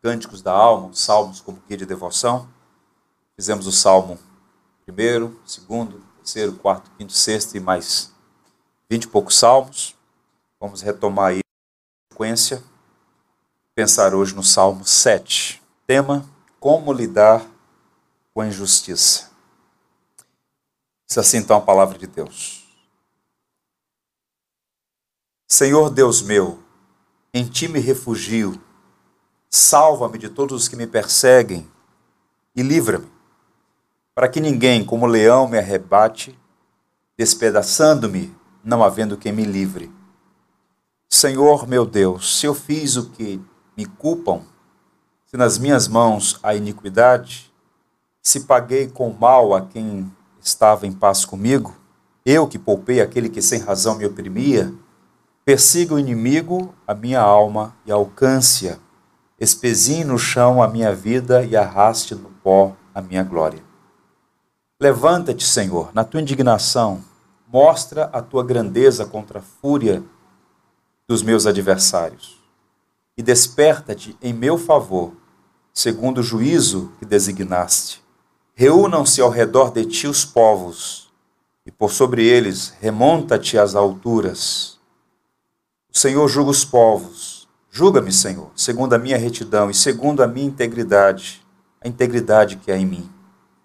Cânticos da Alma, os salmos como guia de devoção. Fizemos o salmo 1º, 2º, 3º, 4º, 5º, 6º e mais 20 e poucos salmos. Vamos retomar aí a sequência. Pensar hoje no salmo 7. Tema: como lidar com a injustiça. Diz assim então a palavra de Deus. Senhor Deus meu, em ti me refugio. Salva-me de todos os que me perseguem e livra-me, para que ninguém, como leão, me arrebate, despedaçando-me, não havendo quem me livre. Senhor meu Deus, se eu fiz o que me culpam, se nas minhas mãos há iniquidade, se paguei com mal a quem estava em paz comigo, eu que poupei aquele que sem razão me oprimia, persiga o inimigo a minha alma e alcance-a. Espezinhe no chão a minha vida e arraste no pó a minha glória. Levanta-te, Senhor, na tua indignação, mostra a tua grandeza contra a fúria dos meus adversários. E desperta-te em meu favor, segundo o juízo que designaste. Reúnam-se ao redor de ti os povos, e por sobre eles remonta-te às alturas. O Senhor julga os povos. Julga-me, Senhor, segundo a minha retidão e segundo a minha integridade, a integridade que há em mim.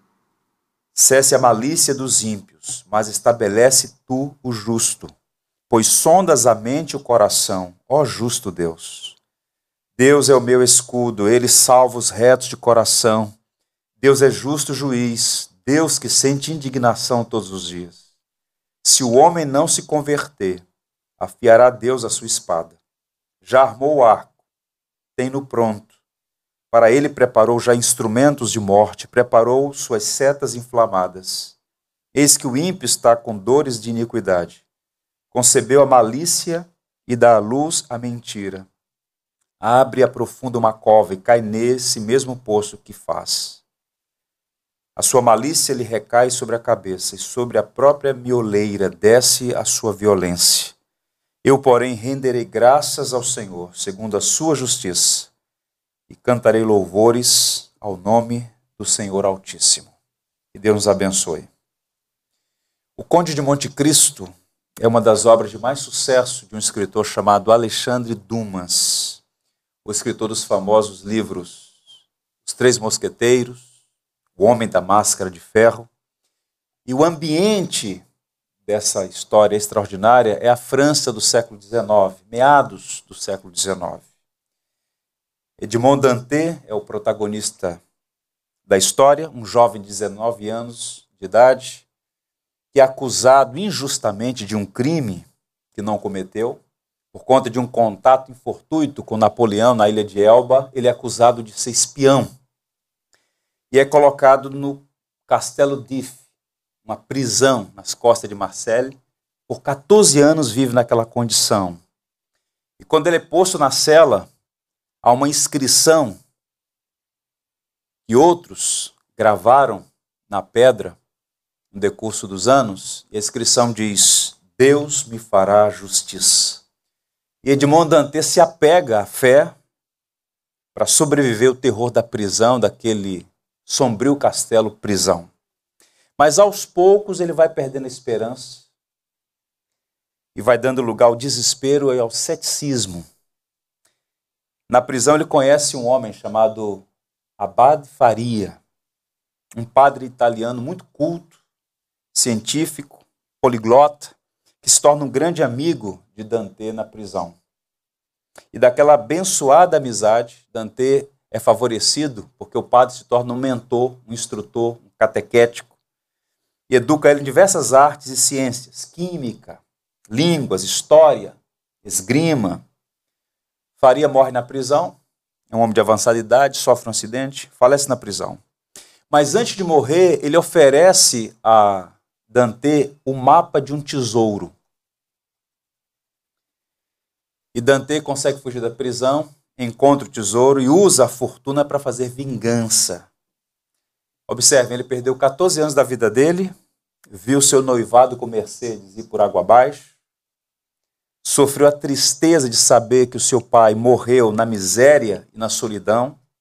Cesse a malícia dos ímpios, mas estabelece tu o justo, pois sondas a mente e o coração, ó justo Deus. Deus é o meu escudo, ele salva os retos de coração. Deus é justo juiz, Deus que sente indignação todos os dias. Se o homem não se converter, afiará Deus a sua espada. Já armou o arco, tem-no pronto. Para ele preparou já instrumentos de morte, preparou suas setas inflamadas. Eis que o ímpio está com dores de iniquidade. Concebeu a malícia e dá à luz a mentira. Abre e aprofunda uma cova e cai nesse mesmo poço que faz. A sua malícia lhe recai sobre a cabeça e sobre a própria mioleira desce a sua violência. Eu, porém, renderei graças ao Senhor, segundo a sua justiça, e cantarei louvores ao nome do Senhor Altíssimo. Que Deus nos abençoe. O Conde de Monte Cristo é uma das obras de mais sucesso de um escritor chamado Alexandre Dumas, o escritor dos famosos livros Os Três Mosqueteiros, O Homem da Máscara de Ferro. E o ambiente dessa história extraordinária é a França do século XIX, meados do século XIX. Edmond Dantès é o protagonista da história, um jovem de 19 anos de idade, que é acusado injustamente de um crime que não cometeu, por conta de um contato infortuito com Napoleão na ilha de Elba. Ele é acusado de ser espião e é colocado no Castelo d'If, uma prisão nas costas de Marseille. Por 14 anos vive naquela condição. E quando ele é posto na cela, há uma inscrição que outros gravaram na pedra no decurso dos anos, e a inscrição diz: Deus me fará justiça. E Edmond Dantès se apega à fé para sobreviver ao terror da prisão, daquele sombrio castelo prisão. Mas aos poucos ele vai perdendo a esperança e vai dando lugar ao desespero e ao ceticismo. Na prisão ele conhece um homem chamado Abad Faria, um padre italiano muito culto, científico, poliglota, que se torna um grande amigo de Dantès na prisão. E daquela abençoada amizade, Dantès é favorecido porque o padre se torna um mentor, um instrutor, um catequético, e educa ele em diversas artes e ciências, química, línguas, história, esgrima. Faria morre na prisão, é um homem de avançada idade, sofre um acidente, falece na prisão. Mas antes de morrer, ele oferece a Dantès o mapa de um tesouro. E Dantès consegue fugir da prisão, encontra o tesouro e usa a fortuna para fazer vingança. Observem, ele perdeu 14 anos da vida dele, viu seu noivado com Mercedes ir por água abaixo, sofreu a tristeza de saber que o seu pai morreu na miséria e na solidão,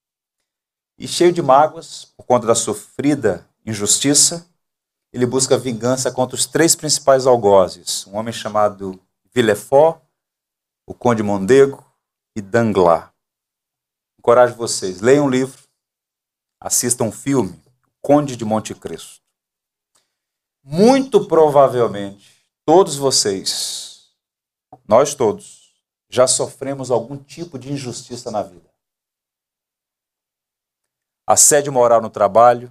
E cheio de mágoas, por conta da sofrida injustiça, ele busca vingança contra os 3 principais algozes, um homem chamado Villefort, o Conde Mondego e Danglars. Encorajo vocês, leiam um livro, assistam um filme, Conde de Monte Cristo. Muito provavelmente, todos vocês, nós todos, já sofremos algum tipo de injustiça na vida. Assédio moral no trabalho,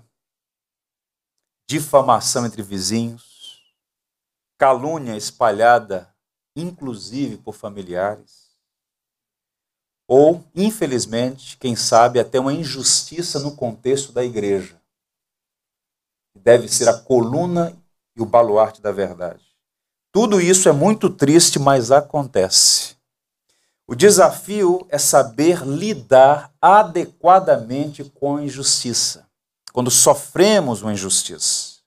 difamação entre vizinhos, calúnia espalhada, inclusive por familiares, ou, infelizmente, quem sabe, até uma injustiça no contexto da igreja, que deve ser a coluna e o baluarte da verdade. Tudo isso é muito triste, mas acontece. O desafio é saber lidar adequadamente com a injustiça, quando sofremos uma injustiça.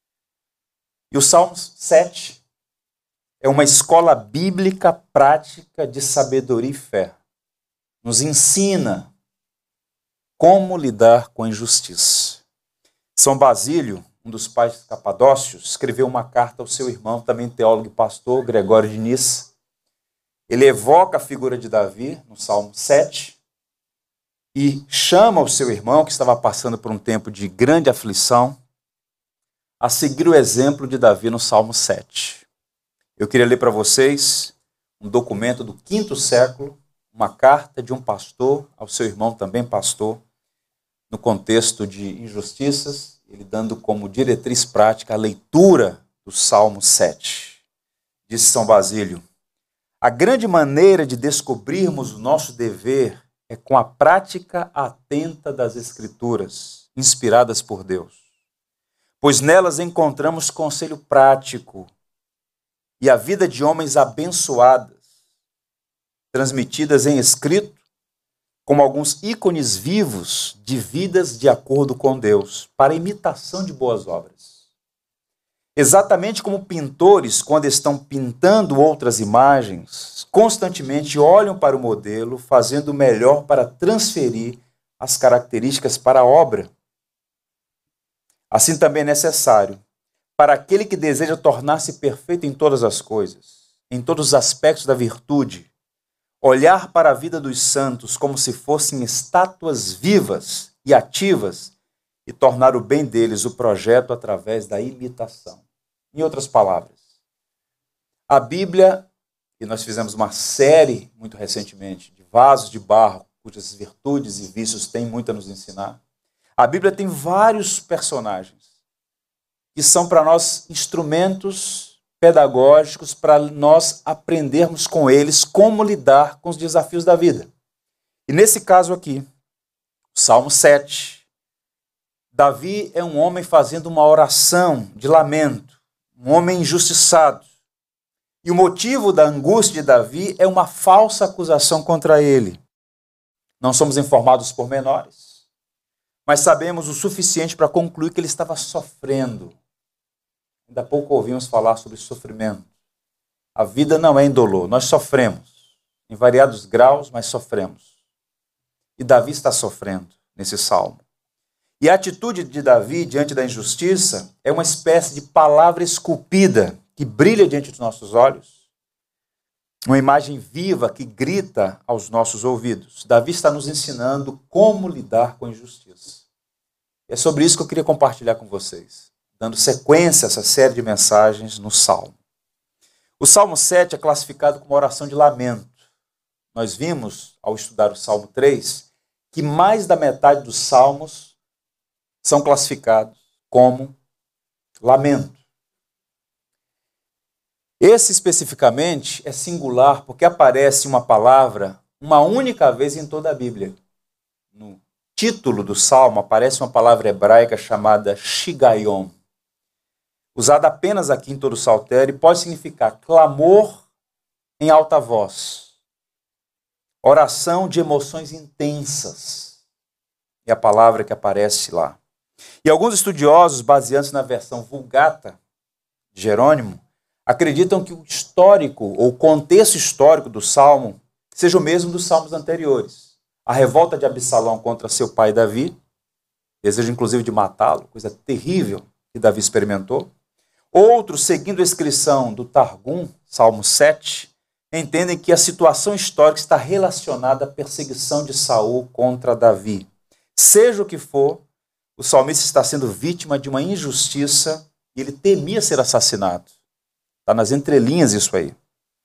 E o Salmo 7 é uma escola bíblica prática de sabedoria e fé. Nos ensina como lidar com a injustiça. São Basílio, um dos pais capadócios, escreveu uma carta ao seu irmão, também teólogo e pastor, Gregório de Nissa. Ele evoca a figura de Davi no Salmo 7 e chama o seu irmão, que estava passando por um tempo de grande aflição, a seguir o exemplo de Davi no Salmo 7. Eu queria ler para vocês um documento do 5º século, uma carta de um pastor ao seu irmão, também pastor, no contexto de injustiças, ele dando como diretriz prática a leitura do Salmo 7. Disse São Basílio: a grande maneira de descobrirmos o nosso dever é com a prática atenta das Escrituras, inspiradas por Deus, pois nelas encontramos conselho prático e a vida de homens abençoadas, transmitidas em escrito, como alguns ícones vivos de vidas de acordo com Deus, para imitação de boas obras. Exatamente como pintores, quando estão pintando outras imagens, constantemente olham para o modelo, fazendo o melhor para transferir as características para a obra. Assim também é necessário, para aquele que deseja tornar-se perfeito em todas as coisas, em todos os aspectos da virtude, olhar para a vida dos santos como se fossem estátuas vivas e ativas e tornar o bem deles o projeto através da imitação. Em outras palavras, a Bíblia, e nós fizemos uma série muito recentemente de vasos de barro, cujas virtudes e vícios têm muito a nos ensinar. A Bíblia tem vários personagens que são para nós instrumentos pedagógicos para nós aprendermos com eles como lidar com os desafios da vida. E nesse caso aqui, Salmo 7, Davi é um homem fazendo uma oração de lamento, um homem injustiçado. E o motivo da angústia de Davi é uma falsa acusação contra ele. Não somos informados por menores, mas sabemos o suficiente para concluir que ele estava sofrendo. Ainda há pouco ouvimos falar sobre sofrimento. A vida não é indolor, nós sofremos, em variados graus, mas sofremos. E Davi está sofrendo nesse salmo. E a atitude de Davi diante da injustiça é uma espécie de palavra esculpida que brilha diante dos nossos olhos, uma imagem viva que grita aos nossos ouvidos. Davi está nos ensinando como lidar com a injustiça. É sobre isso que eu queria compartilhar com vocês, dando sequência a essa série de mensagens no Salmo. O Salmo 7 é classificado como oração de lamento. Nós vimos, ao estudar o Salmo 3, que mais da metade dos salmos são classificados como lamento. Esse especificamente é singular porque aparece uma palavra uma única vez em toda a Bíblia. No título do Salmo aparece uma palavra hebraica chamada Shigayon, usada apenas aqui em todo o saltério, e pode significar clamor em alta voz, oração de emoções intensas. É a palavra que aparece lá. E alguns estudiosos, baseando-se na versão Vulgata de Jerônimo, acreditam que o histórico, ou contexto histórico do Salmo, seja o mesmo dos salmos anteriores. A revolta de Absalão contra seu pai Davi, desejo inclusive de matá-lo, coisa terrível que Davi experimentou. Outros, seguindo a inscrição do Targum, Salmo 7, entendem que a situação histórica está relacionada à perseguição de Saul contra Davi. Seja o que for, o salmista está sendo vítima de uma injustiça e ele temia ser assassinado. Está nas entrelinhas isso aí.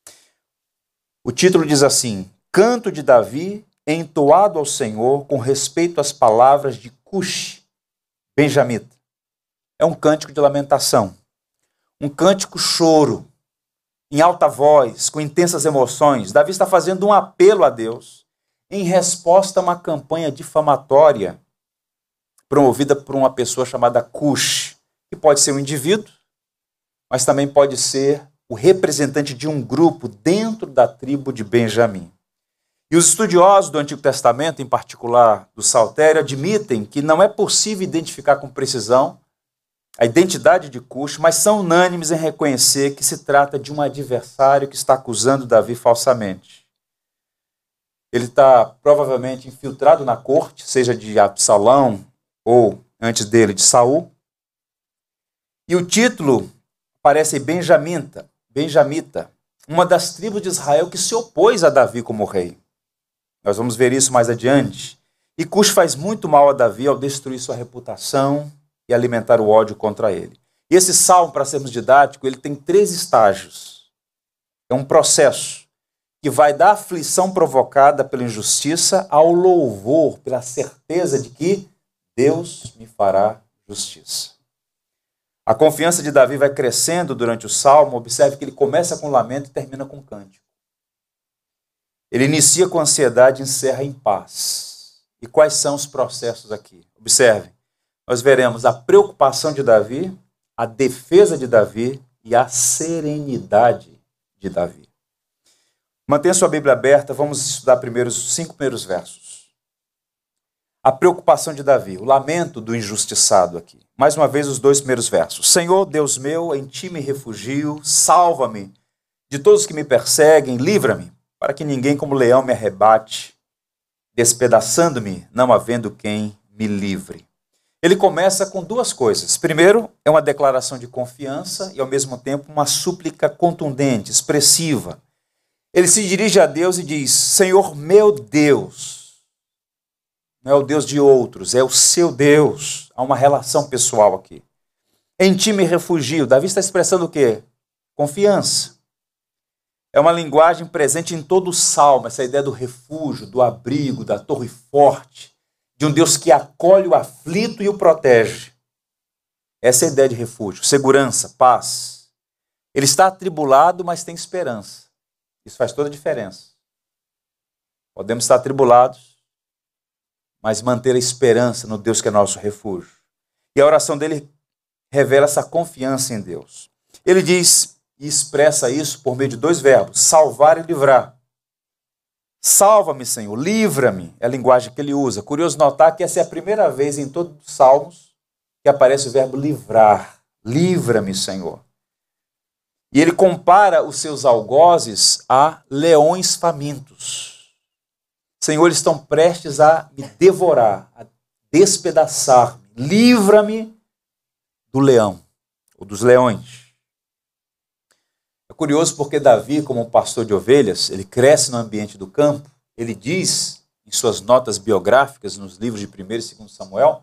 O título diz assim: Canto de Davi, entoado ao Senhor com respeito às palavras de Cush, benjamita. É um cântico de lamentação, um cântico choro, em alta voz, com intensas emoções. Davi está fazendo um apelo a Deus em resposta a uma campanha difamatória promovida por uma pessoa chamada Cush, que pode ser um indivíduo, mas também pode ser o representante de um grupo dentro da tribo de Benjamim. E os estudiosos do Antigo Testamento, em particular do Saltério, admitem que não é possível identificar com precisão a identidade de Cush, mas são unânimes em reconhecer que se trata de um adversário que está acusando Davi falsamente. Ele está provavelmente infiltrado na corte, seja de Absalão ou, antes dele, de Saul. E o título parece benjamita, uma das tribos de Israel que se opôs a Davi como rei. Nós vamos ver isso mais adiante. E Cush faz muito mal a Davi ao destruir sua reputação e alimentar o ódio contra ele. E esse salmo, para sermos didáticos, ele tem 3 estágios. É um processo que vai da aflição provocada pela injustiça ao louvor, pela certeza de que Deus me fará justiça. A confiança de Davi vai crescendo durante o salmo. Observe que ele começa com lamento e termina com cântico. Ele inicia com ansiedade e encerra em paz. E quais são os processos aqui? Observe, nós veremos a preocupação de Davi, a defesa de Davi e a serenidade de Davi. Mantenha sua Bíblia aberta, vamos estudar primeiro os 5 primeiros versos. A preocupação de Davi, o lamento do injustiçado aqui. Mais uma vez os 2 primeiros versos. Senhor, Deus meu, em ti me refugio, salva-me de todos que me perseguem, livra-me, para que ninguém como leão me arrebate, despedaçando-me, não havendo quem me livre. Ele começa com 2 coisas. Primeiro, é uma declaração de confiança e, ao mesmo tempo, uma súplica contundente, expressiva. Ele se dirige a Deus e diz: Senhor meu Deus, não é o Deus de outros, é o seu Deus. Há uma relação pessoal aqui. Em ti me refugio. Davi está expressando o quê? Confiança. É uma linguagem presente em todo o salmo, essa ideia do refúgio, do abrigo, da torre forte, de um Deus que acolhe o aflito e o protege. Essa é a ideia de refúgio, segurança, paz. Ele está atribulado, mas tem esperança. Isso faz toda a diferença. Podemos estar atribulados, mas manter a esperança no Deus que é nosso refúgio. E a oração dele revela essa confiança em Deus. Ele diz e expressa isso por meio de 2 verbos, salvar e livrar. Salva-me, Senhor, livra-me, é a linguagem que ele usa. Curioso notar que essa é a primeira vez em todos os salmos que aparece o verbo livrar. Livra-me, Senhor. E ele compara os seus algozes a leões famintos. Senhor, eles estão prestes a me devorar, a despedaçar-me. Livra-me do leão, ou dos leões. É curioso porque Davi, como um pastor de ovelhas, ele cresce no ambiente do campo. Ele diz, em suas notas biográficas, nos livros de 1 e 2 Samuel,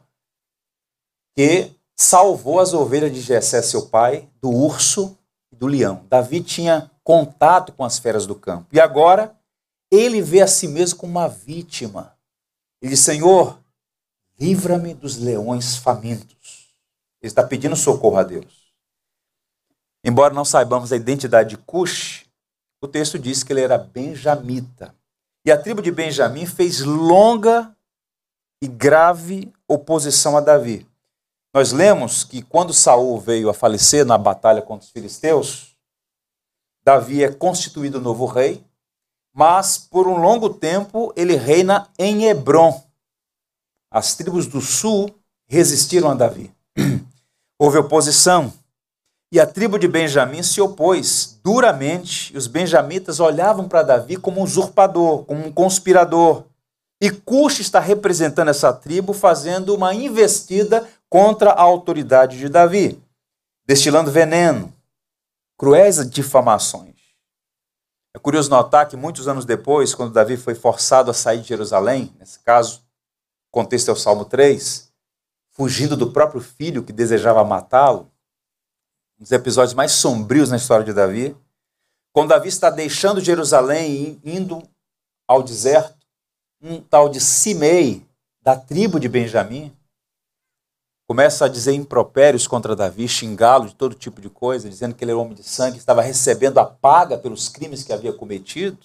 que salvou as ovelhas de Jessé, seu pai, do urso e do leão. Davi tinha contato com as feras do campo. E agora, ele vê a si mesmo como uma vítima. Ele diz: Senhor, livra-me dos leões famintos. Ele está pedindo socorro a Deus. Embora não saibamos a identidade de Cush, o texto diz que ele era benjamita. E a tribo de Benjamim fez longa e grave oposição a Davi. Nós lemos que quando Saul veio a falecer na batalha contra os filisteus, Davi é constituído novo rei, mas por um longo tempo ele reina em Hebrom. As tribos do sul resistiram a Davi. Houve oposição. E a tribo de Benjamim se opôs duramente, e os benjamitas olhavam para Davi como um usurpador, como um conspirador. E Cush está representando essa tribo, fazendo uma investida contra a autoridade de Davi, destilando veneno, cruéis difamações. É curioso notar que muitos anos depois, quando Davi foi forçado a sair de Jerusalém, nesse caso, o contexto é o Salmo 3, fugindo do próprio filho que desejava matá-lo, um dos episódios mais sombrios na história de Davi, quando Davi está deixando Jerusalém e indo ao deserto, um tal de Simei, da tribo de Benjamim, começa a dizer impropérios contra Davi, xingá-lo de todo tipo de coisa, dizendo que ele era homem de sangue, estava recebendo a paga pelos crimes que havia cometido.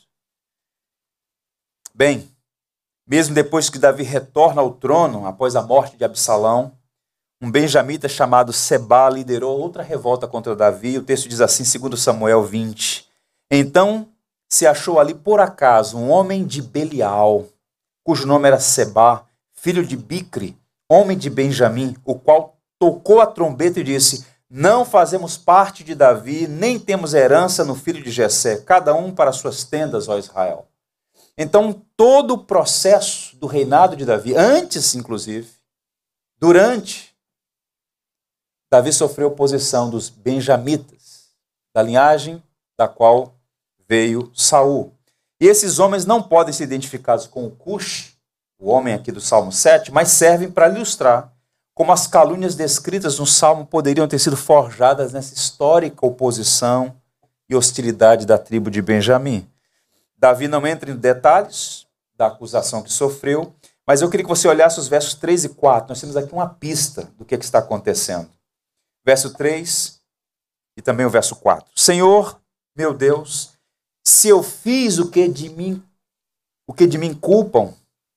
Bem, mesmo depois que Davi retorna ao trono, após a morte de Absalão, um benjamita chamado Sebá liderou outra revolta contra Davi. O texto diz assim, 2 Samuel 20. Então se achou ali por acaso um homem de Belial, cujo nome era Sebá, filho de Bicri, homem de Benjamim, o qual tocou a trombeta e disse: não fazemos parte de Davi, nem temos herança no filho de Jessé, cada um para suas tendas, ó Israel. Então, todo o processo do reinado de Davi, antes, inclusive, durante, Davi sofreu oposição dos benjamitas, da linhagem da qual veio Saul. E esses homens não podem ser identificados com o Cush, o homem aqui do Salmo 7, mas servem para ilustrar como as calúnias descritas no Salmo poderiam ter sido forjadas nessa histórica oposição e hostilidade da tribo de Benjamim. Davi não entra em detalhes da acusação que sofreu, mas eu queria que você olhasse os versos 3 e 4. Nós temos aqui uma pista do que está acontecendo. Verso 3 e também o verso 4. Senhor, meu Deus, se eu fiz o que de mim culpam,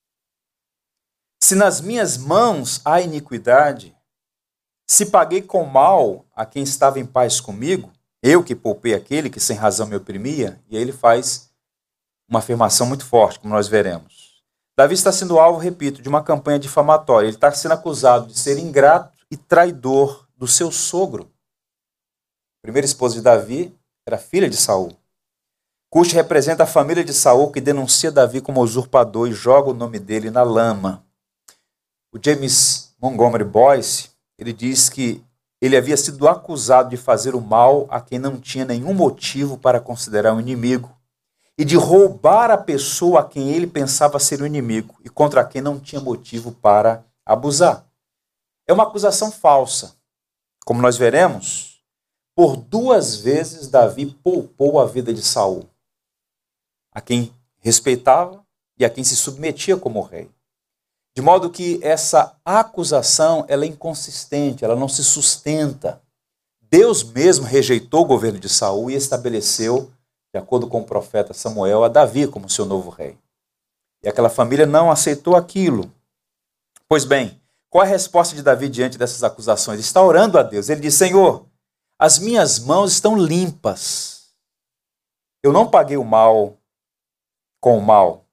se nas minhas mãos há iniquidade, se paguei com mal a quem estava em paz comigo, eu que poupei aquele que sem razão me oprimia, e aí ele faz uma afirmação muito forte, como nós veremos. Davi está sendo alvo, repito, de uma campanha difamatória. Ele está sendo acusado de ser ingrato e traidor do seu sogro. A primeira esposa de Davi era filha de Saul. Cush representa a família de Saul, que denuncia Davi como usurpador e joga o nome dele na lama. O James Montgomery Boyce, ele diz que ele havia sido acusado de fazer o mal a quem não tinha nenhum motivo para considerar um inimigo e de roubar a pessoa a quem ele pensava ser um inimigo e contra quem não tinha motivo para abusar. É uma acusação falsa. Como nós veremos, por 2 vezes Davi poupou a vida de Saul, a quem respeitava e a quem se submetia como rei. De modo que essa acusação ela é inconsistente, ela não se sustenta. Deus mesmo rejeitou o governo de Saul e estabeleceu, de acordo com o profeta Samuel, a Davi como seu novo rei. E aquela família não aceitou aquilo. Pois bem, qual é a resposta de Davi diante dessas acusações? Ele está orando a Deus. Ele diz: Senhor, as minhas mãos estão limpas. Eu não paguei o mal com o mal.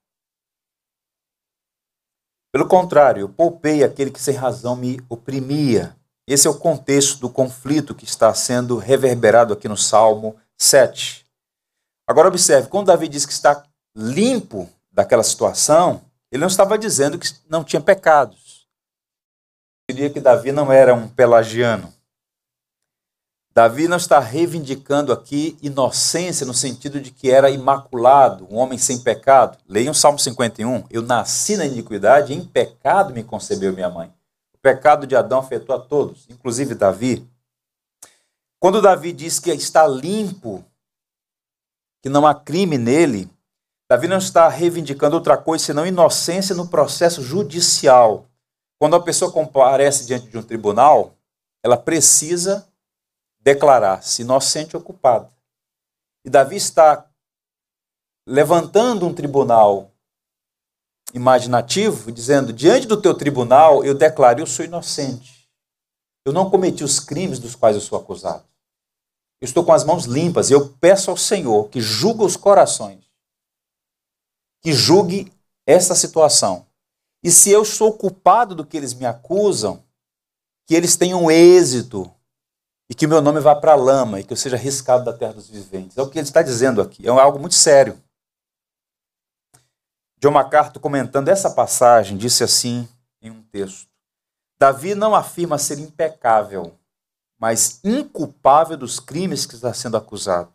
Pelo contrário, eu poupei aquele que sem razão me oprimia. Esse é o contexto do conflito que está sendo reverberado aqui no Salmo 7. Agora observe, quando Davi diz que está limpo daquela situação, ele não estava dizendo que não tinha pecados. Eu diria que Davi não era um pelagiano. Davi não está reivindicando aqui inocência no sentido de que era imaculado, um homem sem pecado. Leiam o Salmo 51. Eu nasci na iniquidade e em pecado me concebeu minha mãe. O pecado de Adão afetou a todos, inclusive Davi. Quando Davi diz que está limpo, que não há crime nele, Davi não está reivindicando outra coisa senão inocência no processo judicial. Quando a pessoa comparece diante de um tribunal, ela precisa declarar-se inocente ou culpado. E Davi está levantando um tribunal imaginativo, dizendo: diante do teu tribunal eu declaro, eu sou inocente. Eu não cometi os crimes dos quais eu sou acusado. Eu estou com as mãos limpas e eu peço ao Senhor que julgue os corações, que julgue essa situação. E se eu sou culpado do que eles me acusam, que eles tenham êxito e que o meu nome vá para a lama e que eu seja riscado da terra dos viventes. É o que ele está dizendo aqui. É algo muito sério. John MacArthur, comentando essa passagem, disse assim em um texto: Davi não afirma ser impecável, mas inculpável dos crimes que está sendo acusado.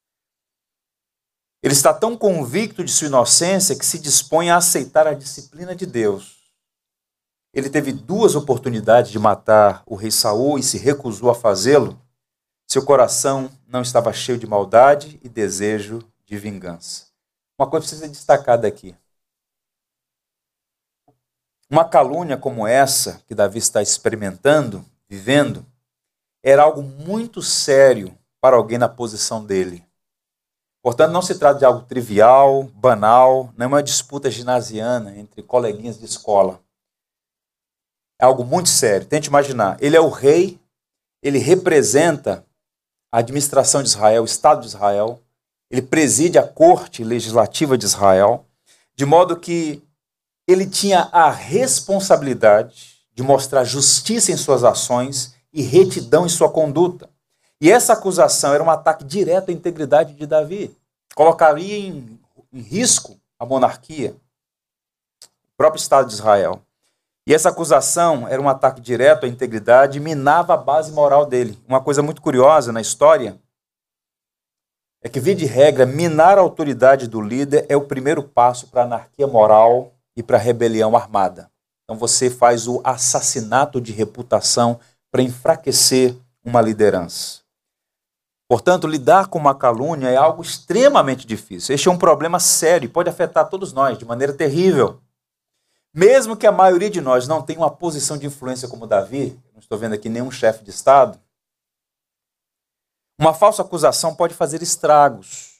Ele está tão convicto de sua inocência que se dispõe a aceitar a disciplina de Deus. Ele teve 2 oportunidades de matar o rei Saul e se recusou a fazê-lo. Seu coração não estava cheio de maldade e desejo de vingança. Uma coisa precisa ser destacada aqui. Uma calúnia como essa que Davi está experimentando, vivendo, era algo muito sério para alguém na posição dele. Portanto, não se trata de algo trivial, banal, não é uma disputa ginasiana entre coleguinhas de escola. É algo muito sério. Tente imaginar, ele é o rei, ele representa a administração de Israel, o Estado de Israel, ele preside a corte legislativa de Israel, de modo que ele tinha a responsabilidade de mostrar justiça em suas ações e retidão em sua conduta. E essa acusação era um ataque direto à integridade de Davi. Colocaria em risco a monarquia, o próprio Estado de Israel. E essa acusação era um ataque direto à integridade e minava a base moral dele. Uma coisa muito curiosa na história é que, via de regra, minar a autoridade do líder é o primeiro passo para a anarquia moral e para a rebelião armada. Então você faz o assassinato de reputação para enfraquecer uma liderança. Portanto, lidar com uma calúnia é algo extremamente difícil. Este é um problema sério e pode afetar todos nós de maneira terrível. Mesmo que a maioria de nós não tenha uma posição de influência como Davi, não estou vendo aqui nenhum chefe de Estado, uma falsa acusação pode fazer estragos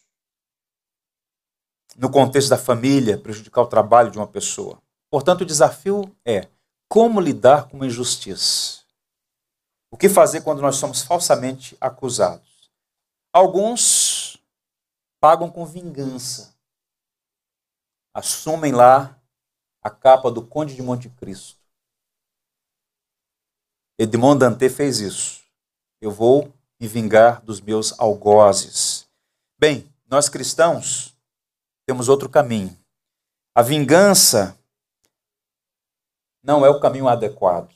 no contexto da família, prejudicar o trabalho de uma pessoa. Portanto, o desafio é como lidar com uma injustiça. O que fazer quando nós somos falsamente acusados? Alguns pagam com vingança. Assumem lá a capa do Conde de Monte Cristo. Edmond Dantès fez isso. Eu vou me vingar dos meus algozes. Bem, nós cristãos temos outro caminho. A vingança não é o caminho adequado.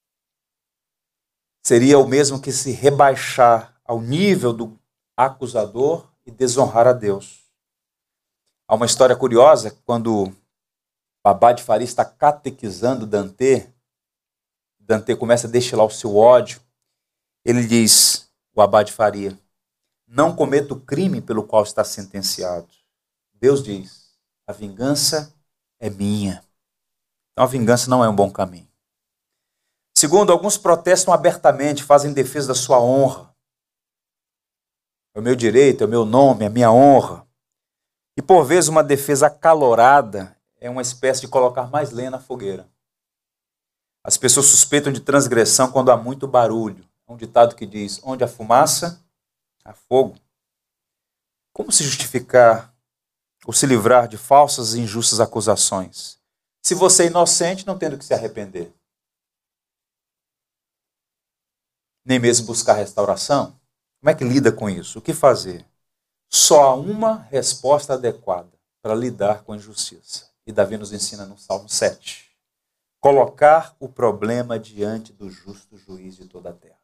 Seria o mesmo que se rebaixar ao nível do acusador e desonrar a Deus. Há uma história curiosa, quando Abade Faria está catequizando Dantès começa a destilar o seu ódio. Ele diz, o Abade Faria, não cometa o crime pelo qual está sentenciado. Deus diz, a vingança é minha. Então a vingança não é um bom caminho. Segundo, alguns protestam abertamente, fazem defesa da sua honra. É o meu direito, é o meu nome, é a minha honra. E por vezes uma defesa acalorada é uma espécie de colocar mais lenha na fogueira. As pessoas suspeitam de transgressão quando há muito barulho. É um ditado que diz, onde há fumaça, há fogo. Como se justificar ou se livrar de falsas e injustas acusações? Se você é inocente, não tendo que se arrepender. Nem mesmo buscar restauração? Como é que lida com isso? O que fazer? Só há uma resposta adequada para lidar com a injustiça. E Davi nos ensina no Salmo 7. Colocar o problema diante do justo juiz de toda a terra.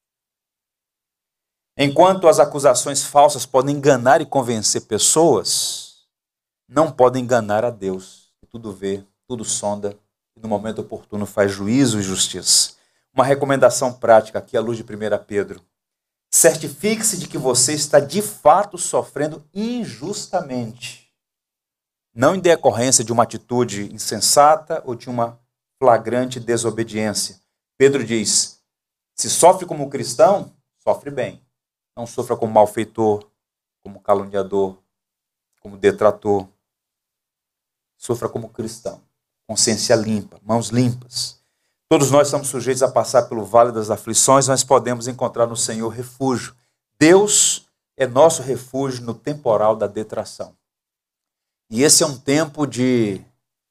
Enquanto as acusações falsas podem enganar e convencer pessoas, não podem enganar a Deus, que tudo vê, tudo sonda, e no momento oportuno faz juízo e justiça. Uma recomendação prática aqui à luz de 1 Pedro. Certifique-se de que você está de fato sofrendo injustamente. Não em decorrência de uma atitude insensata ou de uma flagrante desobediência. Pedro diz, se sofre como cristão, sofre bem. Não sofra como malfeitor, como caluniador, como detrator. Sofra como cristão. Consciência limpa, mãos limpas. Todos nós estamos sujeitos a passar pelo vale das aflições, mas podemos encontrar no Senhor refúgio. Deus é nosso refúgio no temporal da detração. E esse é um tempo de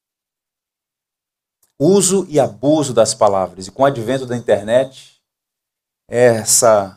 uso e abuso das palavras. E com o advento da internet, essa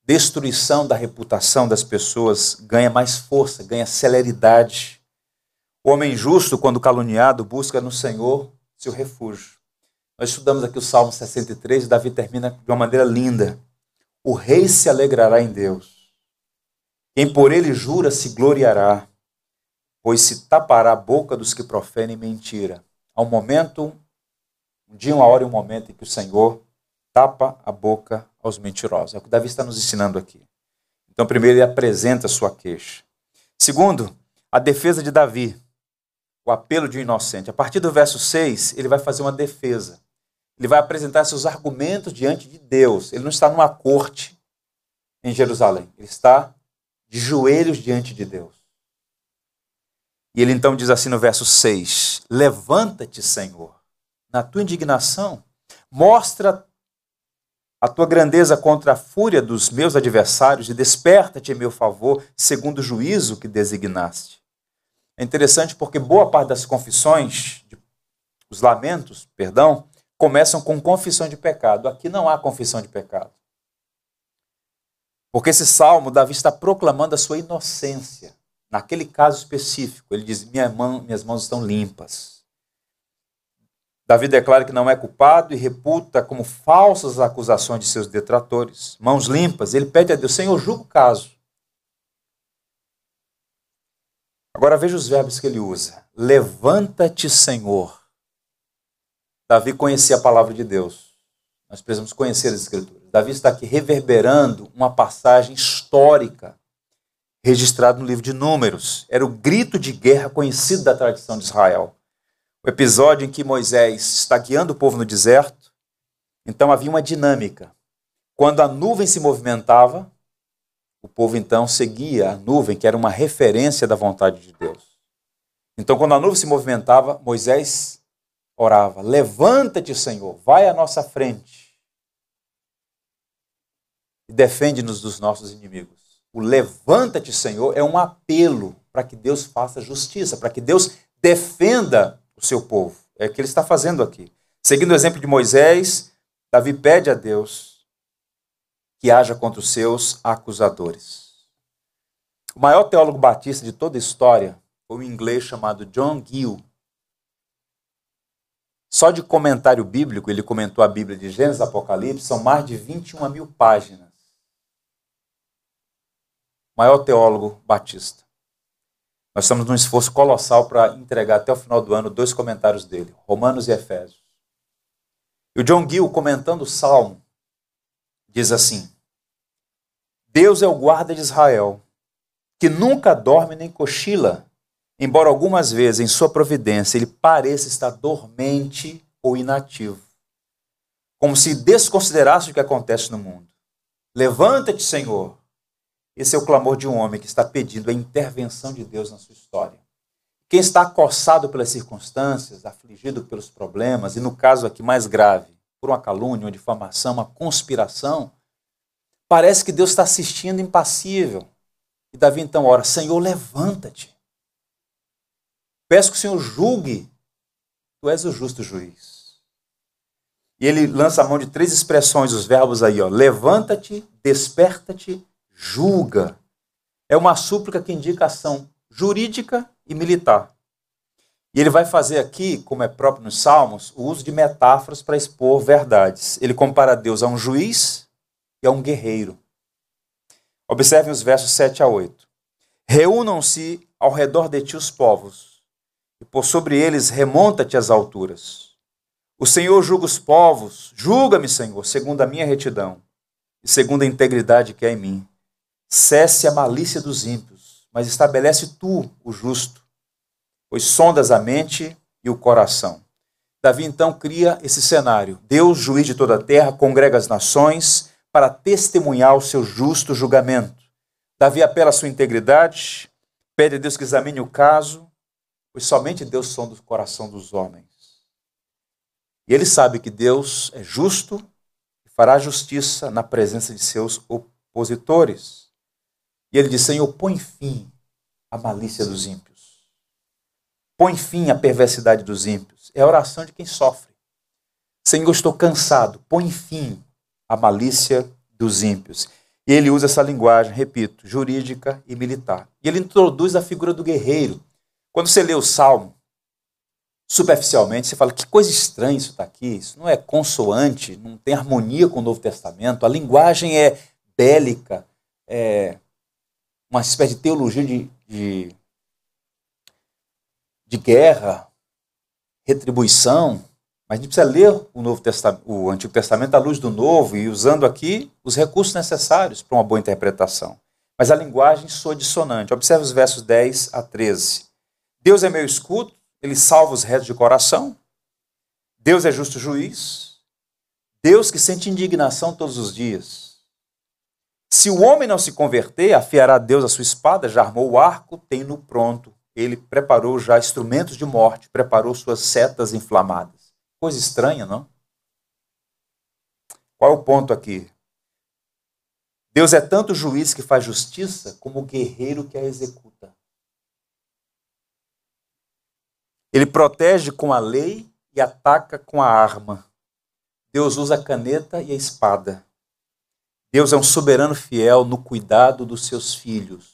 destruição da reputação das pessoas ganha mais força, ganha celeridade. O homem justo, quando caluniado, busca no Senhor seu refúgio. Nós estudamos aqui o Salmo 63 e Davi termina de uma maneira linda. O rei se alegrará em Deus. Quem por ele jura se gloriará, pois se tapará a boca dos que proferem mentira. Há um momento, um dia, uma hora e um momento em que o Senhor tapa a boca aos mentirosos. É o que Davi está nos ensinando aqui. Então, primeiro, ele apresenta a sua queixa. Segundo, a defesa de Davi, o apelo de um inocente. A partir do verso 6, ele vai fazer uma defesa. Ele vai apresentar seus argumentos diante de Deus. Ele não está numa corte em Jerusalém. Ele está de joelhos diante de Deus. E ele então diz assim no verso 6, levanta-te, Senhor, na tua indignação, mostra a tua grandeza contra a fúria dos meus adversários e desperta-te em meu favor, segundo o juízo que designaste. É interessante porque boa parte das confissões, os lamentos, perdão, começam com confissão de pecado. Aqui não há confissão de pecado. Porque esse salmo, Davi está proclamando a sua inocência. Naquele caso específico, ele diz, minhas mãos estão limpas. Davi declara que não é culpado e reputa como falsas as acusações de seus detratores. Mãos limpas, ele pede a Deus, Senhor, julga o caso. Agora veja os verbos que ele usa. Levanta-te, Senhor. Davi conhecia a palavra de Deus. Nós precisamos conhecer as Escrituras. Davi está aqui reverberando uma passagem histórica registrada no livro de Números. Era o grito de guerra conhecido da tradição de Israel. O episódio em que Moisés está guiando o povo no deserto. Então havia uma dinâmica. Quando a nuvem se movimentava, o povo então seguia a nuvem, que era uma referência da vontade de Deus. Então quando a nuvem se movimentava, Moisés orava, levanta-te, Senhor, vai à nossa frente e defende-nos dos nossos inimigos. O levanta-te, Senhor, é um apelo para que Deus faça justiça, para que Deus defenda o seu povo. É o que ele está fazendo aqui. Seguindo o exemplo de Moisés, Davi pede a Deus que haja contra os seus acusadores. O maior teólogo batista de toda a história foi um inglês chamado John Gill. Só de comentário bíblico, ele comentou a Bíblia de Gênesis e Apocalipse, são mais de 21.000 páginas. O maior teólogo batista. Nós estamos num esforço colossal para entregar até o final do ano 2 comentários dele, Romanos e Efésios. E o John Gill, comentando o Salmo, diz assim, Deus é o guarda de Israel, que nunca dorme nem cochila, embora algumas vezes, em sua providência, ele pareça estar dormente ou inativo, como se desconsiderasse o que acontece no mundo. Levanta-te, Senhor. Esse é o clamor de um homem que está pedindo a intervenção de Deus na sua história. Quem está acossado pelas circunstâncias, afligido pelos problemas, e no caso aqui mais grave, por uma calúnia, uma difamação, uma conspiração, parece que Deus está assistindo impassível. E Davi então ora, Senhor, levanta-te. Peço que o Senhor julgue, tu és o justo juiz. E ele lança a mão de 3 expressões, os verbos aí, ó, levanta-te, desperta-te, julga. É uma súplica que indica ação jurídica e militar. E ele vai fazer aqui, como é próprio nos Salmos, o uso de metáforas para expor verdades. Ele compara Deus a um juiz e a um guerreiro. Observem os versos 7 a 8. Reúnam-se ao redor de ti os povos, e por sobre eles remonta-te às alturas. O Senhor julga os povos, julga-me, Senhor, segundo a minha retidão, e segundo a integridade que há em mim. Cesse a malícia dos ímpios, mas estabelece tu o justo, pois sondas a mente e o coração. Davi então cria esse cenário. Deus, juiz de toda a terra, congrega as nações para testemunhar o seu justo julgamento. Davi apela à sua integridade, pede a Deus que examine o caso, pois somente Deus sonda o coração dos homens. E ele sabe que Deus é justo e fará justiça na presença de seus opositores. E ele diz, Senhor, põe fim à malícia dos ímpios. Põe fim à perversidade dos ímpios. É a oração de quem sofre. Senhor, estou cansado. Põe fim à malícia dos ímpios. E ele usa essa linguagem, repito, jurídica e militar. E ele introduz a figura do guerreiro. Quando você lê o Salmo, superficialmente, você fala, que coisa estranha isso está aqui, isso não é consoante, não tem harmonia com o Novo Testamento, a linguagem é bélica, é uma espécie de teologia de guerra, retribuição, mas a gente precisa ler o Novo Testamento, o Antigo Testamento à luz do Novo e usando aqui os recursos necessários para uma boa interpretação. Mas a linguagem soa dissonante. Observe os versos 10 a 13. Deus é meu escudo, ele salva os retos de coração. Deus é justo juiz. Deus que sente indignação todos os dias. Se o homem não se converter, afiará Deus a sua espada, já armou o arco, tem-no pronto. Ele preparou já instrumentos de morte, preparou suas setas inflamadas. Coisa estranha, não? Qual é o ponto aqui? Deus é tanto juiz que faz justiça, como o guerreiro que a executa. Ele protege com a lei e ataca com a arma. Deus usa a caneta e a espada. Deus é um soberano fiel no cuidado dos seus filhos.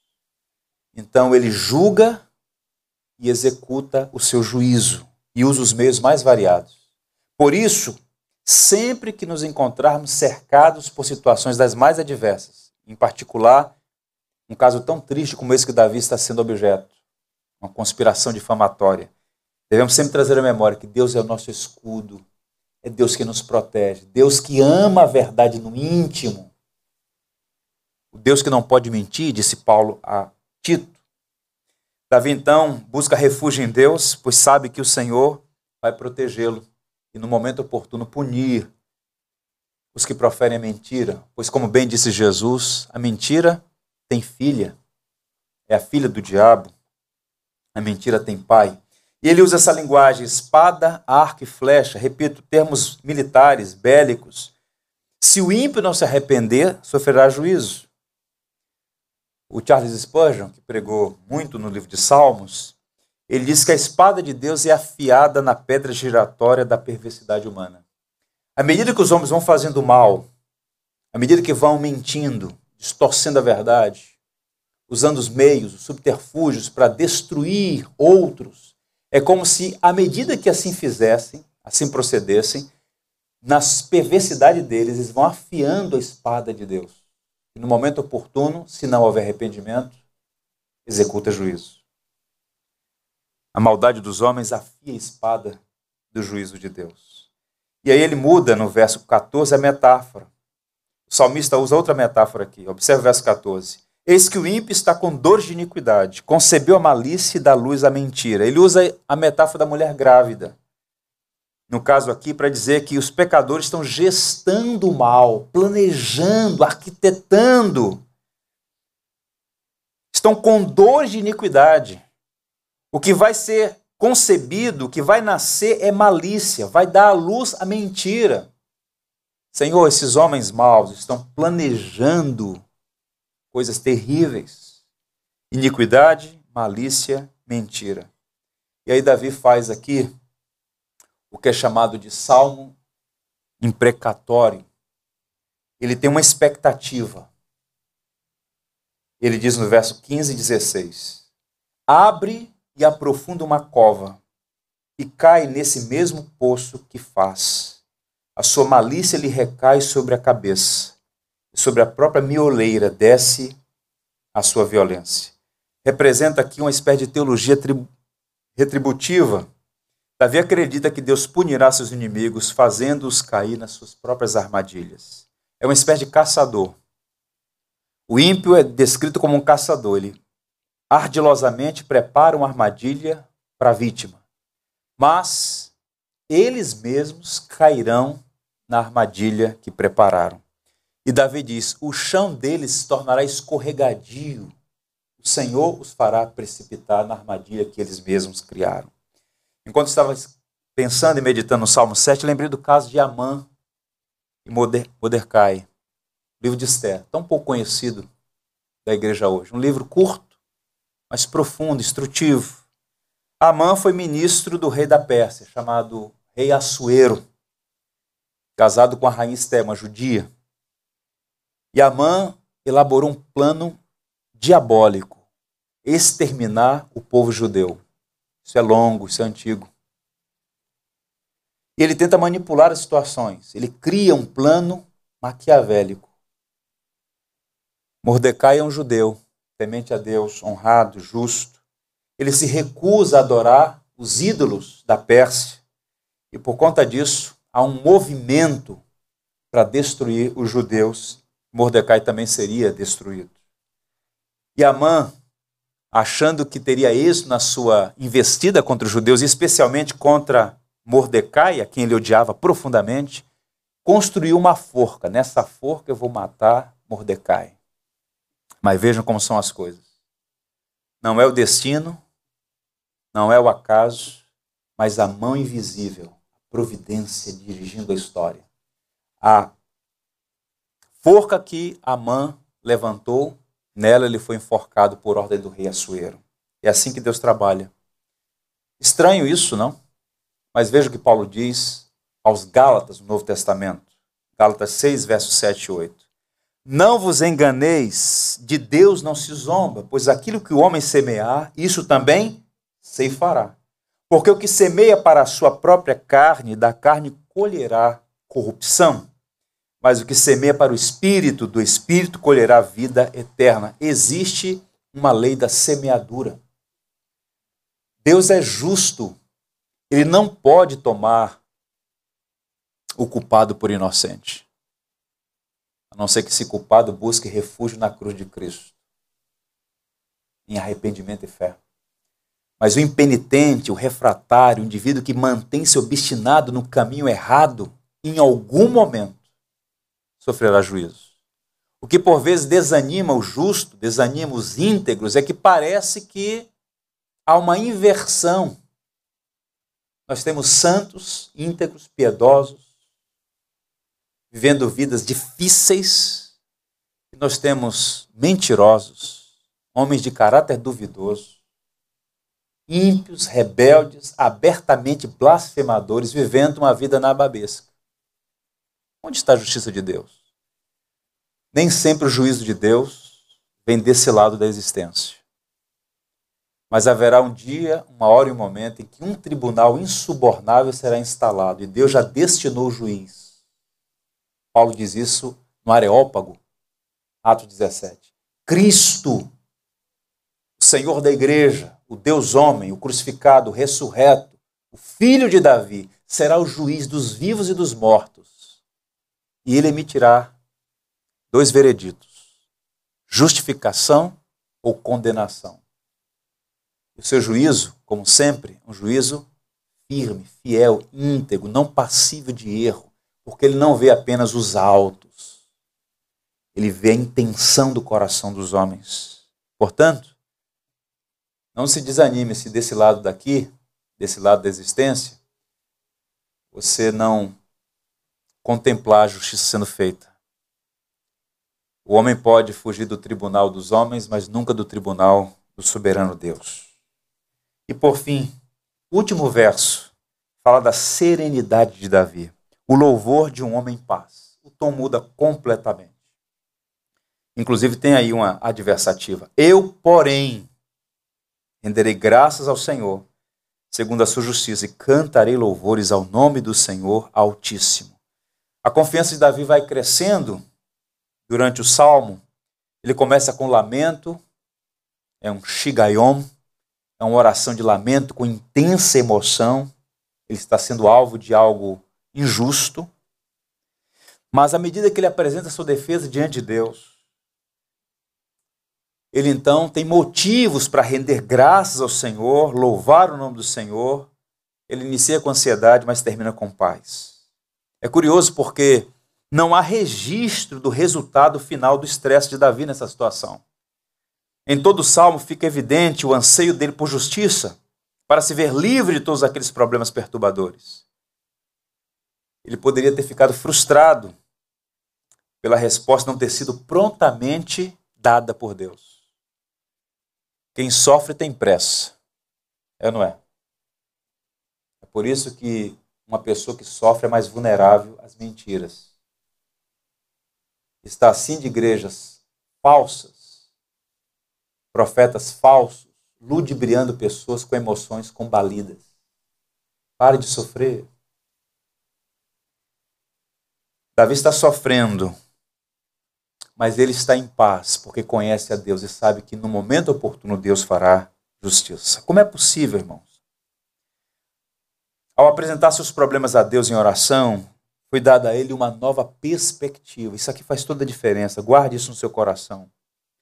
Então ele julga e executa o seu juízo e usa os meios mais variados. Por isso, sempre que nos encontrarmos cercados por situações das mais adversas, em particular, um caso tão triste como esse que Davi está sendo objeto, uma conspiração difamatória, devemos sempre trazer à memória que Deus é o nosso escudo, é Deus que nos protege, Deus que ama a verdade no íntimo, o Deus que não pode mentir, disse Paulo a Tito. Davi, então, busca refúgio em Deus, pois sabe que o Senhor vai protegê-lo e, no momento oportuno, punir os que proferem a mentira. Pois, como bem disse Jesus, a mentira tem filha, é a filha do diabo. A mentira tem pai. E ele usa essa linguagem, espada, arco e flecha, repito, termos militares, bélicos. Se o ímpio não se arrepender, sofrerá juízo. O Charles Spurgeon, que pregou muito no livro de Salmos, ele diz que a espada de Deus é afiada na pedra giratória da perversidade humana. À medida que os homens vão fazendo mal, à medida que vão mentindo, distorcendo a verdade, usando os meios, os subterfúgios para destruir outros, é como se, à medida que assim fizessem, assim procedessem, nas perversidades deles, eles vão afiando a espada de Deus. E no momento oportuno, se não houver arrependimento, executa juízo. A maldade dos homens afia a espada do juízo de Deus. E aí ele muda no verso 14 a metáfora. O salmista usa outra metáfora aqui. Observe o verso 14. Eis que o ímpio está com dores de iniquidade, concebeu a malícia e dá luz à mentira. Ele usa a metáfora da mulher grávida. No caso aqui, para dizer que os pecadores estão gestando o mal, planejando, arquitetando. Estão com dor de iniquidade. O que vai ser concebido, o que vai nascer é malícia, vai dar à luz a mentira. Senhor, esses homens maus estão planejando coisas terríveis. Iniquidade, malícia, mentira. E aí Davi faz aqui o que é chamado de salmo imprecatório. Ele tem uma expectativa. Ele diz no verso 15 e 16: abre e aprofunda uma cova, e cai nesse mesmo poço que faz. A sua malícia lhe recai sobre a cabeça, e sobre a própria mioleira desce a sua violência. Representa aqui uma espécie de teologia retributiva. Davi acredita que Deus punirá seus inimigos, fazendo-os cair nas suas próprias armadilhas. É uma espécie de caçador. O ímpio é descrito como um caçador. Ele ardilosamente prepara uma armadilha para a vítima. Mas eles mesmos cairão na armadilha que prepararam. E Davi diz, o chão deles se tornará escorregadio. O Senhor os fará precipitar na armadilha que eles mesmos criaram. Enquanto estava pensando e meditando no Salmo 7, lembrei do caso de Amã e Mordecai, livro de Esther, tão pouco conhecido da igreja hoje. Um livro curto, mas profundo, instrutivo. Amã foi ministro do rei da Pérsia, chamado rei Assuero, casado com a rainha Esther, uma judia. E Amã elaborou um plano diabólico exterminar o povo judeu. Isso é longo, isso é antigo. E ele tenta manipular as situações. Ele cria um plano maquiavélico. Mordecai é um judeu, temente a Deus, honrado, justo. Ele se recusa a adorar os ídolos da Pérsia. E por conta disso, há um movimento para destruir os judeus. Mordecai também seria destruído. E Amã, achando que teria êxito na sua investida contra os judeus, especialmente contra Mordecai, a quem ele odiava profundamente, construiu uma forca. Nessa forca eu vou matar Mordecai. Mas vejam como são as coisas. Não é o destino, não é o acaso, mas a mão invisível, a providência dirigindo a história. A forca que Amã levantou, nela ele foi enforcado por ordem do rei Assuero. É assim que Deus trabalha. Estranho isso, não? Mas veja o que Paulo diz aos Gálatas no Novo Testamento. Gálatas 6, versos 7 e 8. Não vos enganeis, de Deus não se zomba, pois aquilo que o homem semear, isso também ceifará. Porque o que semeia para a sua própria carne, da carne colherá corrupção. Mas o que semeia para o Espírito, do Espírito colherá vida eterna. Existe uma lei da semeadura. Deus é justo. Ele não pode tomar o culpado por inocente. A não ser que esse culpado busque refúgio na cruz de Cristo, em arrependimento e fé. Mas o impenitente, o refratário, o indivíduo que mantém-se obstinado no caminho errado, em algum momento, sofrerá juízo. O que por vezes desanima o justo, desanima os íntegros, é que parece que há uma inversão. Nós temos santos, íntegros, piedosos, vivendo vidas difíceis. E nós temos mentirosos, homens de caráter duvidoso, ímpios, rebeldes, abertamente blasfemadores, vivendo uma vida nababesca. Onde está a justiça de Deus? Nem sempre o juízo de Deus vem desse lado da existência. Mas haverá um dia, uma hora e um momento em que um tribunal insubornável será instalado e Deus já destinou o juiz. Paulo diz isso no Areópago, Atos 17. Cristo, o Senhor da igreja, o Deus homem, o crucificado, o ressurreto, o filho de Davi, será o juiz dos vivos e dos mortos. E ele emitirá dois vereditos: justificação ou condenação. O seu juízo, como sempre, um juízo firme, fiel, íntegro, não passível de erro, porque ele não vê apenas os autos, ele vê a intenção do coração dos homens. Portanto, não se desanime se desse lado daqui, desse lado da existência, você não contemplar a justiça sendo feita. O homem pode fugir do tribunal dos homens, mas nunca do tribunal do soberano Deus. E por fim, último verso, fala da serenidade de Davi, o louvor de um homem em paz. O tom muda completamente. Inclusive tem aí uma adversativa. Eu, porém, renderei graças ao Senhor, segundo a sua justiça, e cantarei louvores ao nome do Senhor Altíssimo. A confiança de Davi vai crescendo durante o Salmo. Ele começa com lamento, é um shigaion, é uma oração de lamento com intensa emoção. Ele está sendo alvo de algo injusto. Mas à medida que ele apresenta sua defesa diante de Deus, ele então tem motivos para render graças ao Senhor, louvar o nome do Senhor. Ele inicia com ansiedade, mas termina com paz. É curioso porque não há registro do resultado final do estresse de Davi nessa situação. Em todo o Salmo fica evidente o anseio dele por justiça, para se ver livre de todos aqueles problemas perturbadores. Ele poderia ter ficado frustrado pela resposta não ter sido prontamente dada por Deus. Quem sofre tem pressa, é ou não é? É por isso que uma pessoa que sofre é mais vulnerável às mentiras. Está assim de igrejas falsas, profetas falsos, ludibriando pessoas com emoções combalidas. Pare de sofrer. Davi está sofrendo, mas ele está em paz, porque conhece a Deus e sabe que no momento oportuno Deus fará justiça. Como é possível, irmãos? Ao apresentar seus problemas a Deus em oração, foi dada a ele uma nova perspectiva. Isso aqui faz toda a diferença. Guarde isso no seu coração.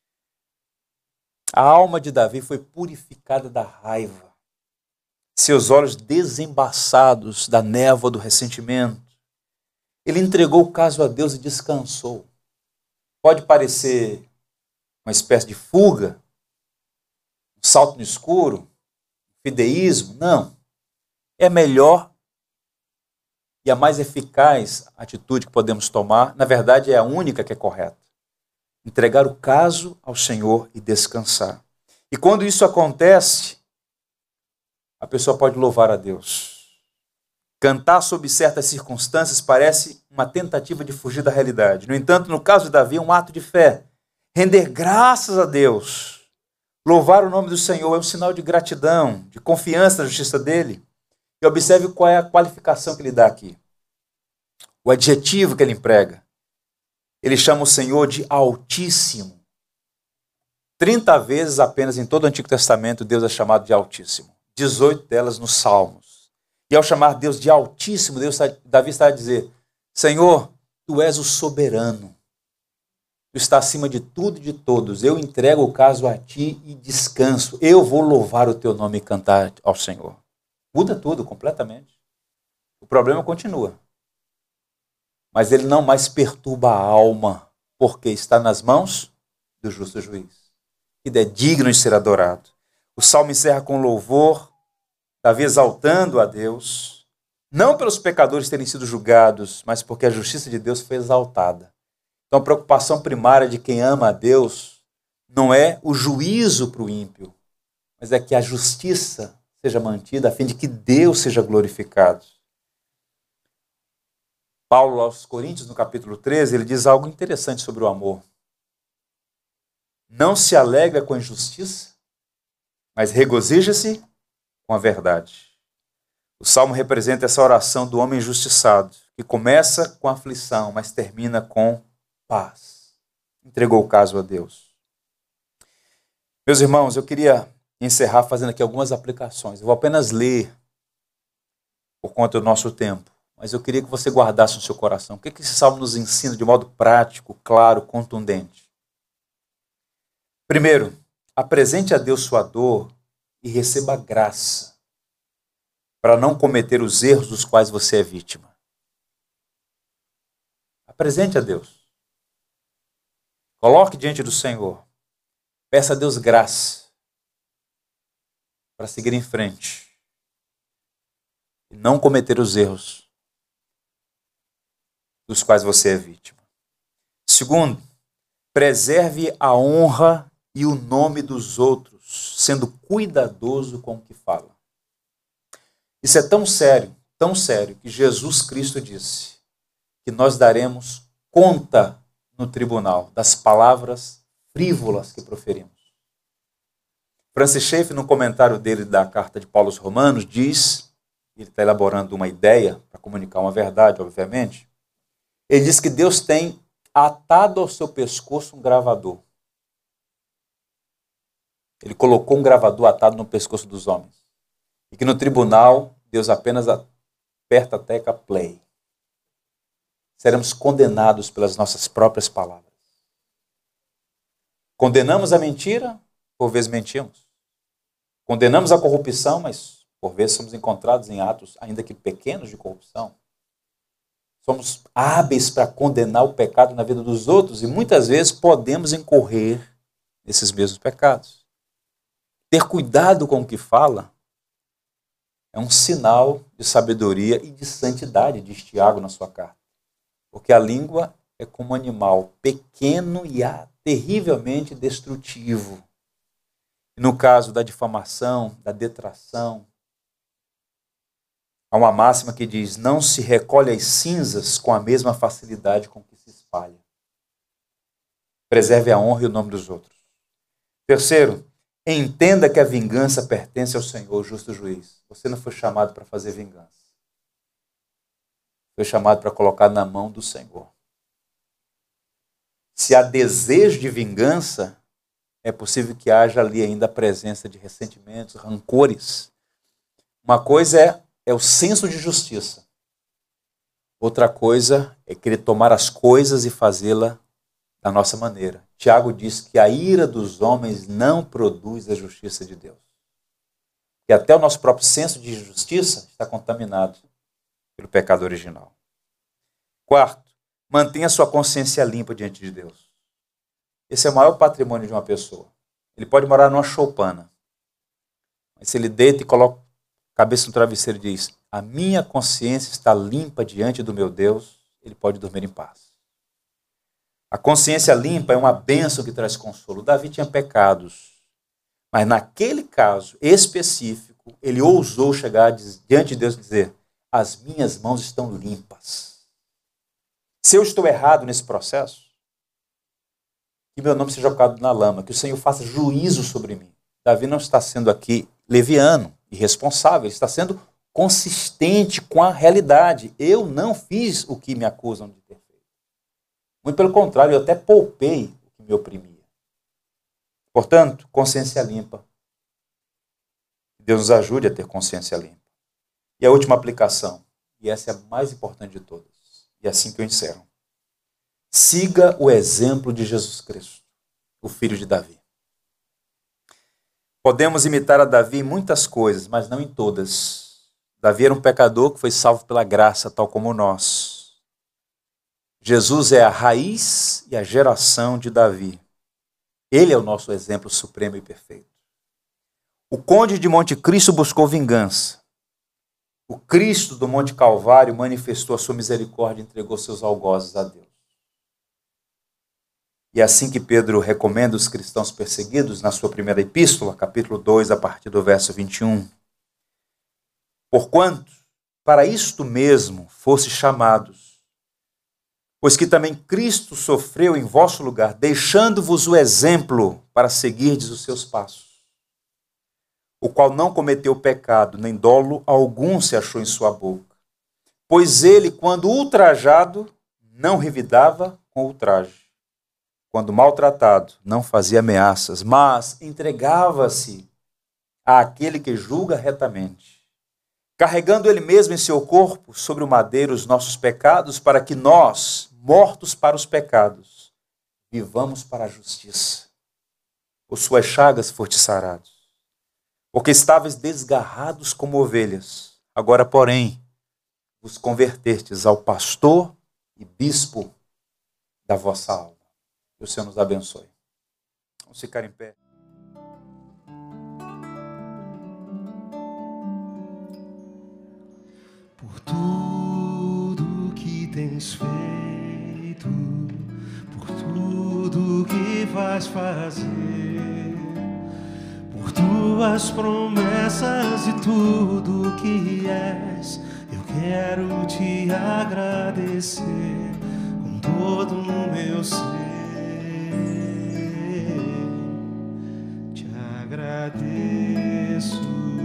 A alma de Davi foi purificada da raiva. Seus olhos desembaçados da névoa do ressentimento. Ele entregou o caso a Deus e descansou. Pode parecer uma espécie de fuga, um salto no escuro, fideísmo. Não. É a melhor e a mais eficaz atitude que podemos tomar. Na verdade, é a única que é correta. Entregar o caso ao Senhor e descansar. E quando isso acontece, a pessoa pode louvar a Deus. Cantar sob certas circunstâncias parece uma tentativa de fugir da realidade. No entanto, no caso de Davi, é um ato de fé. Render graças a Deus, louvar o nome do Senhor é um sinal de gratidão, de confiança na justiça dele. E observe qual é a qualificação que ele dá aqui. O adjetivo que ele emprega. Ele chama o Senhor de Altíssimo. 30 vezes apenas em todo o Antigo Testamento Deus é chamado de Altíssimo. 18 delas nos Salmos. E ao chamar Deus de Altíssimo, Davi está a dizer, Senhor, Tu és o soberano. Tu está acima de tudo e de todos. Eu entrego o caso a Ti e descanso. Eu vou louvar o Teu nome e cantar ao Senhor. Muda tudo completamente. O problema continua. Mas ele não mais perturba a alma, porque está nas mãos do justo juiz, que é digno de ser adorado. O salmo encerra com louvor, Davi exaltando a Deus, não pelos pecadores terem sido julgados, mas porque a justiça de Deus foi exaltada. Então a preocupação primária de quem ama a Deus não é o juízo para o ímpio, mas é que a justiça seja mantida a fim de que Deus seja glorificado. Paulo aos Coríntios, no capítulo 13, ele diz algo interessante sobre o amor. Não se alegra com a injustiça, mas regozija-se com a verdade. O Salmo representa essa oração do homem injustiçado, que começa com aflição, mas termina com paz. Entregou o caso a Deus. Meus irmãos, eu queria encerrar fazendo aqui algumas aplicações. Eu vou apenas ler por conta do nosso tempo. Mas eu queria que você guardasse no seu coração. O que esse salmo nos ensina de modo prático, claro, contundente? Primeiro, apresente a Deus sua dor e receba graça para não cometer os erros dos quais você é vítima. Apresente a Deus. Coloque diante do Senhor. Peça a Deus graça para seguir em frente e não cometer os erros dos quais você é vítima. Segundo, preserve a honra e o nome dos outros, sendo cuidadoso com o que fala. Isso é tão sério, que Jesus Cristo disse que nós daremos conta no tribunal das palavras frívolas que proferimos. Francis Schaeffer, no comentário dele da carta de Paulo aos Romanos, diz, ele está elaborando uma ideia para comunicar uma verdade, obviamente. Ele diz que Deus tem atado ao seu pescoço um gravador. Ele colocou um gravador atado no pescoço dos homens. E que no tribunal, Deus apenas aperta a tecla play. Seremos condenados pelas nossas próprias palavras. Condenamos a mentira, por vezes mentimos. Condenamos a corrupção, mas por vezes somos encontrados em atos, ainda que pequenos, de corrupção. Somos hábeis para condenar o pecado na vida dos outros e muitas vezes podemos incorrer nesses mesmos pecados. Ter cuidado com o que fala é um sinal de sabedoria e de santidade, diz Tiago na sua carta. Porque a língua é como um animal pequeno e terrivelmente destrutivo. E no caso da difamação, da detração, há uma máxima que diz, não se recolhe as cinzas com a mesma facilidade com que se espalha. Preserve a honra e o nome dos outros. Terceiro, entenda que a vingança pertence ao Senhor, o justo juiz. Você não foi chamado para fazer vingança. Foi chamado para colocar na mão do Senhor. Se há desejo de vingança, é possível que haja ali ainda a presença de ressentimentos, rancores. Uma coisa é o senso de justiça. Outra coisa é querer tomar as coisas e fazê-la da nossa maneira. Tiago diz que a ira dos homens não produz a justiça de Deus. E até o nosso próprio senso de justiça está contaminado pelo pecado original. Quarto, mantenha sua consciência limpa diante de Deus. Esse é o maior patrimônio de uma pessoa. Ele pode morar numa choupana, mas se ele deita e coloca a cabeça no travesseiro e diz: a minha consciência está limpa diante do meu Deus, ele pode dormir em paz. A consciência limpa é uma bênção que traz consolo. Davi tinha pecados, mas naquele caso específico, ele ousou chegar diante de Deus e dizer: as minhas mãos estão limpas. Se eu estou errado nesse processo, que meu nome seja colocado na lama, que o Senhor faça juízo sobre mim. Davi não está sendo aqui leviano, irresponsável, ele está sendo consistente com a realidade. Eu não fiz o que me acusam de ter feito. Muito pelo contrário, eu até poupei o que me oprimia. Portanto, consciência limpa. Deus nos ajude a ter consciência limpa. E a última aplicação, e essa é a mais importante de todas, e é assim que eu encerro. Siga o exemplo de Jesus Cristo, o filho de Davi. Podemos imitar a Davi em muitas coisas, mas não em todas. Davi era um pecador que foi salvo pela graça, tal como nós. Jesus é a raiz e a geração de Davi. Ele é o nosso exemplo supremo e perfeito. O conde de Monte Cristo buscou vingança. O Cristo do Monte Calvário manifestou a sua misericórdia e entregou seus algozes a Deus. E é assim que Pedro recomenda os cristãos perseguidos na sua primeira epístola, capítulo 2, a partir do verso 21. Porquanto, para isto mesmo fosse chamados, pois que também Cristo sofreu em vosso lugar, deixando-vos o exemplo para seguirdes os seus passos, o qual não cometeu pecado, nem dolo algum se achou em sua boca. Pois ele, quando ultrajado, não revidava com ultraje. Quando maltratado, não fazia ameaças, mas entregava-se àquele que julga retamente, carregando ele mesmo em seu corpo sobre o madeiro os nossos pecados, para que nós, mortos para os pecados, vivamos para a justiça. Por suas chagas fostes sarados, porque estáveis desgarrados como ovelhas. Agora, porém, vos convertestes ao pastor e bispo da vossa alma. Que o Senhor nos abençoe. Vamos ficar em pé. Por tudo que tens feito, por tudo que vais fazer, por tuas promessas e tudo que és, eu quero te agradecer com todo o meu ser. Te agradeço,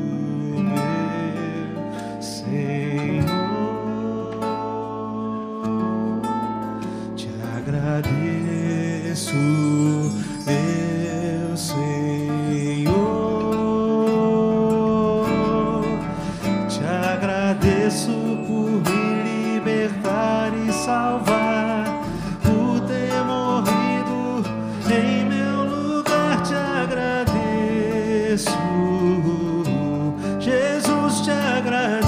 meu Senhor. Te agradeço, meu Senhor. Te agradeço por me libertar e salvar, por ter morrido em meu lugar. Te agradeço, Jesus, te agradeço.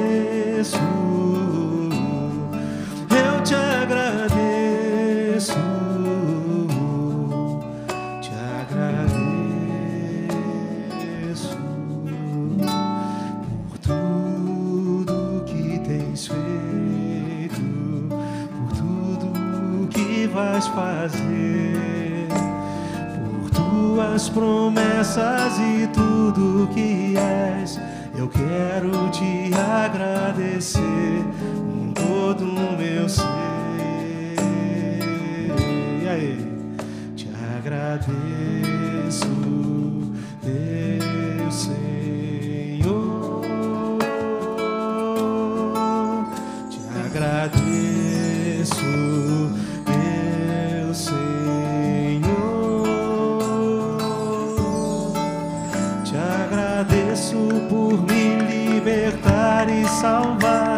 Eu te agradeço, te agradeço por tudo que tens feito, por tudo que vais fazer, por tuas promessas e tudo que és. Eu quero te agradecer com todo o meu ser. E aí? Te agradeço, meu Senhor, te agradeço, meu Senhor, te agradeço por me libertar e salvar.